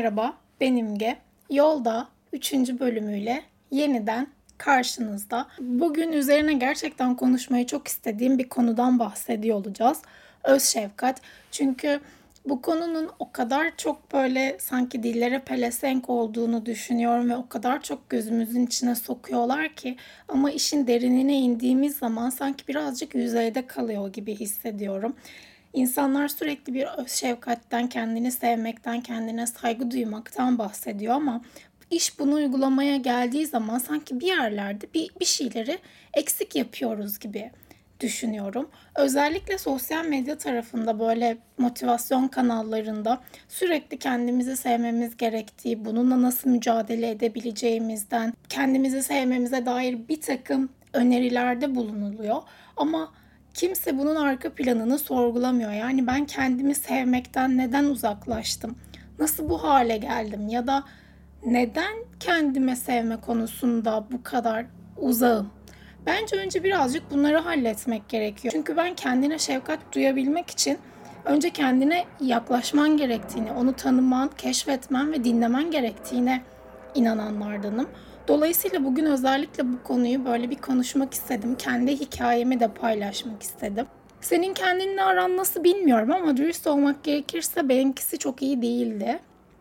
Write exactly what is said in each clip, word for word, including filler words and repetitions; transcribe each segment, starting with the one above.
Merhaba, ben İmge. Yolda üçüncü bölümüyle yeniden karşınızda. Bugün üzerine gerçekten konuşmayı çok istediğim bir konudan bahsediyor olacağız. Öz şefkat. Çünkü bu konunun o kadar çok böyle sanki dillere pelesenk olduğunu düşünüyorum ve o kadar çok gözümüzün içine sokuyorlar ki ama işin derinine indiğimiz zaman sanki birazcık yüzeyde kalıyor gibi hissediyorum. İnsanlar sürekli bir öz şefkatten, kendini sevmekten, kendine saygı duymaktan bahsediyor ama iş bunu uygulamaya geldiği zaman sanki bir yerlerde bir, bir şeyleri eksik yapıyoruz gibi düşünüyorum. Özellikle sosyal medya tarafında böyle motivasyon kanallarında sürekli kendimizi sevmemiz gerektiği, bununla nasıl mücadele edebileceğimizden, kendimizi sevmemize dair bir takım önerilerde bulunuluyor. Ama kimse bunun arka planını sorgulamıyor. Yani ben kendimi sevmekten neden uzaklaştım? Nasıl bu hale geldim? Ya da neden kendime sevme konusunda bu kadar uzağım? Bence önce birazcık bunları halletmek gerekiyor. Çünkü ben kendine şefkat duyabilmek için önce kendine yaklaşman gerektiğini, onu tanıman, keşfetmen ve dinlemen gerektiğine inananlardanım. Dolayısıyla bugün özellikle bu konuyu böyle bir konuşmak istedim. Kendi hikayemi de paylaşmak istedim. Senin kendinle aran nasıl bilmiyorum ama dürüst olmak gerekirse benimkisi çok iyi değildi.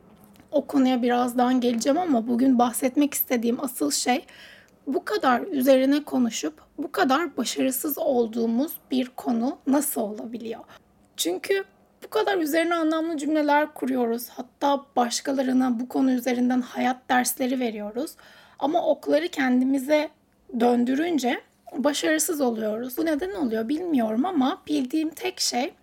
O konuya birazdan geleceğim ama bugün bahsetmek istediğim asıl şey bu kadar üzerine konuşup bu kadar başarısız olduğumuz bir konu nasıl olabiliyor? Çünkü bu kadar üzerine anlamlı cümleler kuruyoruz. Hatta başkalarına bu konu üzerinden hayat dersleri veriyoruz. Ama okları kendimize döndürünce başarısız oluyoruz. Bu neden oluyor bilmiyorum ama bildiğim tek şey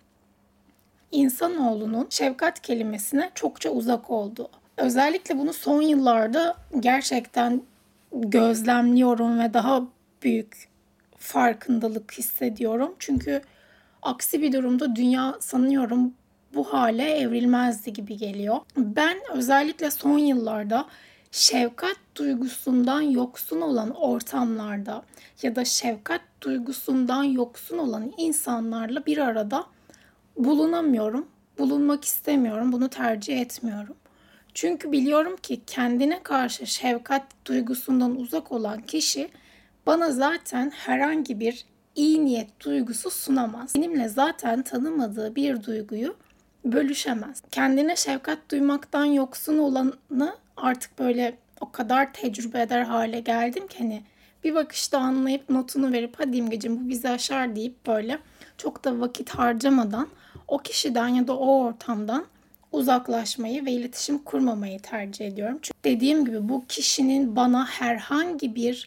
insanoğlunun şefkat kelimesine çokça uzak olduğu. Özellikle bunu son yıllarda gerçekten gözlemliyorum ve daha büyük farkındalık hissediyorum. Çünkü aksi bir durumda dünya sanıyorum bu hale evrilmezdi gibi geliyor. Ben özellikle son yıllarda şefkat duygusundan yoksun olan ortamlarda ya da şefkat duygusundan yoksun olan insanlarla bir arada bulunamıyorum. Bulunmak istemiyorum. Bunu tercih etmiyorum. Çünkü biliyorum ki kendine karşı şefkat duygusundan uzak olan kişi bana zaten herhangi bir iyi niyet duygusu sunamaz. Benimle zaten tanımadığı bir duyguyu bölüşemez. Kendine şefkat duymaktan yoksun olanı artık böyle o kadar tecrübe eder hale geldim ki hani bir bakışta anlayıp notunu verip hadi İmgeciğim bu bizi aşar deyip böyle çok da vakit harcamadan o kişiden ya da o ortamdan uzaklaşmayı ve iletişim kurmamayı tercih ediyorum. Çünkü dediğim gibi bu kişinin bana herhangi bir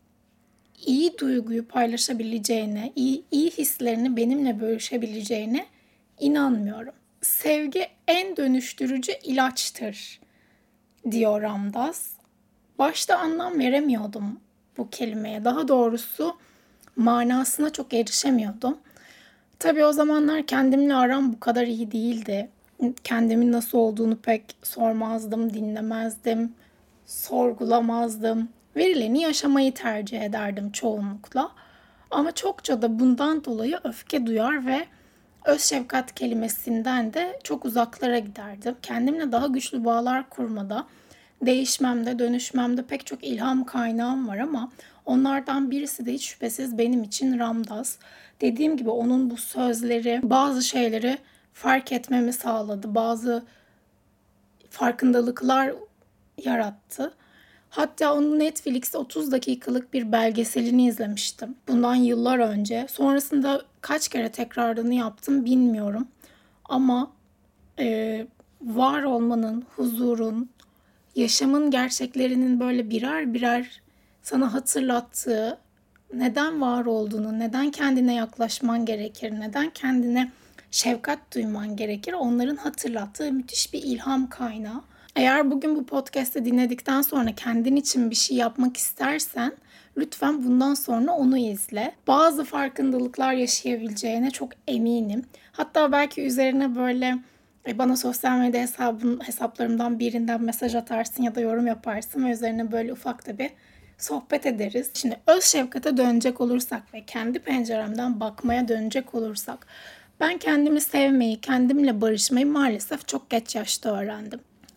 iyi duyguyu paylaşabileceğine, iyi, iyi hislerini benimle bölüşebileceğine inanmıyorum. Sevgi en dönüştürücü ilaçtır diyor Ramdas. Başta anlam veremiyordum bu kelimeye. Daha doğrusu manasına çok erişemiyordum. Tabii o zamanlar kendimle aram bu kadar iyi değildi. Kendimin nasıl olduğunu pek sormazdım, dinlemezdim, sorgulamazdım. Verileni yaşamayı tercih ederdim çoğunlukla. Ama çokça da bundan dolayı öfke duyar ve öz şefkat kelimesinden de çok uzaklara giderdim. Kendimle daha güçlü bağlar kurmada, değişmemde, dönüşmemde pek çok ilham kaynağım var ama onlardan birisi de hiç şüphesiz benim için Ramdas. Dediğim gibi onun bu sözleri bazı şeyleri fark etmemi sağladı. Bazı farkındalıklar yarattı. Hatta onun Netflix'te otuz dakikalık bir belgeselini izlemiştim. Bundan yıllar önce. Sonrasında kaç kere tekrarını yaptım bilmiyorum. Ama e, var olmanın, huzurun, yaşamın gerçeklerinin böyle birer birer sana hatırlattığı, neden var olduğunu, neden kendine yaklaşman gerekir, neden kendine şefkat duyman gerekir, onların hatırlattığı müthiş bir ilham kaynağı. Eğer bugün bu podcast'ı dinledikten sonra kendin için bir şey yapmak istersen lütfen bundan sonra onu izle. Bazı farkındalıklar yaşayabileceğine çok eminim. Hatta belki üzerine böyle bana sosyal medya hesabın, hesaplarımdan birinden mesaj atarsın ya da yorum yaparsın ve üzerine böyle ufak da bir sohbet ederiz. Şimdi öz şefkate dönecek olursak ve kendi penceremden bakmaya dönecek olursak ben kendimi sevmeyi, kendimle barışmayı maalesef çok geç yaşta öğrendim.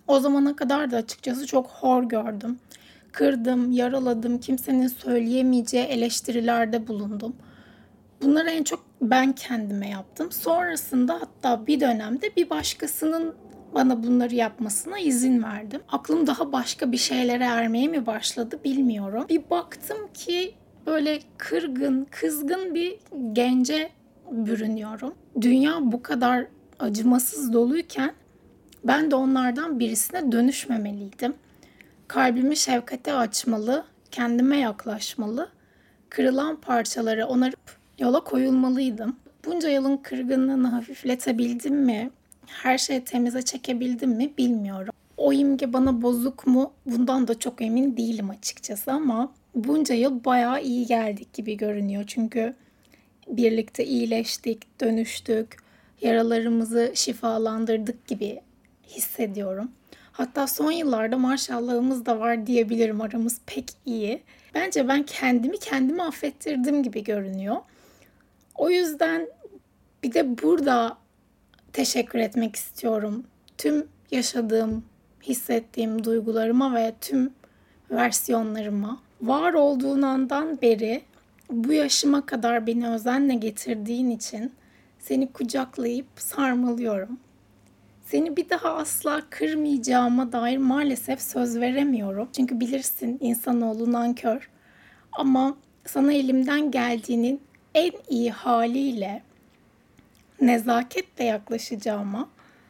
O zamana kadar da açıkçası çok hor gördüm. Kırdım, yaraladım, kimsenin söyleyemeyeceği eleştirilerde bulundum. Bunları en çok ben kendime yaptım. Sonrasında hatta bir dönemde bir başkasının bana bunları yapmasına izin verdim. Aklım daha başka bir şeylere ermeye mi başladı bilmiyorum. Bir baktım ki böyle kırgın, kızgın bir gence bürünüyorum. Dünya bu kadar acımasız doluyken ben de onlardan birisine dönüşmemeliydim. Kalbimi şefkate açmalı, kendime yaklaşmalı, kırılan parçaları onarıp yola koyulmalıydım. Bunca yılın kırgınlığını hafifletebildim mi? Her şeyi temize çekebildim mi bilmiyorum. O imge bana bozuk mu? Bundan da çok emin değilim açıkçası ama bunca yıl bayağı iyi geldik gibi görünüyor. Çünkü birlikte iyileştik, dönüştük, yaralarımızı şifalandırdık gibi hissediyorum. Hatta son yıllarda maşallahımız da var diyebilirim, aramız pek iyi. Bence ben kendimi kendime affettirdim gibi görünüyor. O yüzden bir de burada teşekkür etmek istiyorum. Tüm yaşadığım, hissettiğim duygularıma ve tüm versiyonlarıma. Var olduğun andan beri bu yaşıma kadar beni özenle getirdiğin için seni kucaklayıp sarmalıyorum. Seni bir daha asla kırmayacağıma dair maalesef söz veremiyorum. Çünkü bilirsin, insanoğlu nankör. Ama sana elimden geldiğinin en iyi haliyle nezaketle yaklaşacağıma,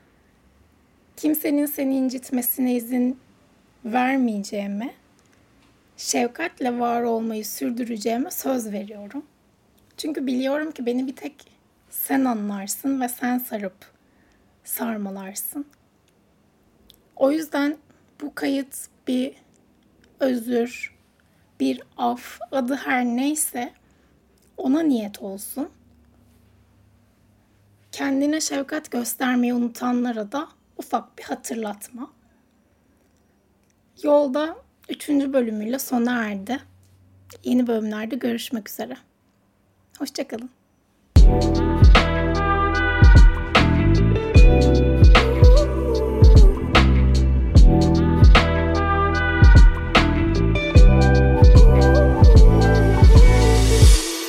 kimsenin seni incitmesine izin vermeyeceğime, şefkatle var olmayı sürdüreceğime söz veriyorum. Çünkü biliyorum ki beni bir tek sen anlarsın ve sen sarıp sarmalarsın. O yüzden bu kayıt bir özür, bir af, adı her neyse ona niyet olsun. Kendine şefkat göstermeyi unutanlara da ufak bir hatırlatma. Yolda üçüncü bölümüyle sona erdi. Yeni bölümlerde görüşmek üzere. Hoşça kalın.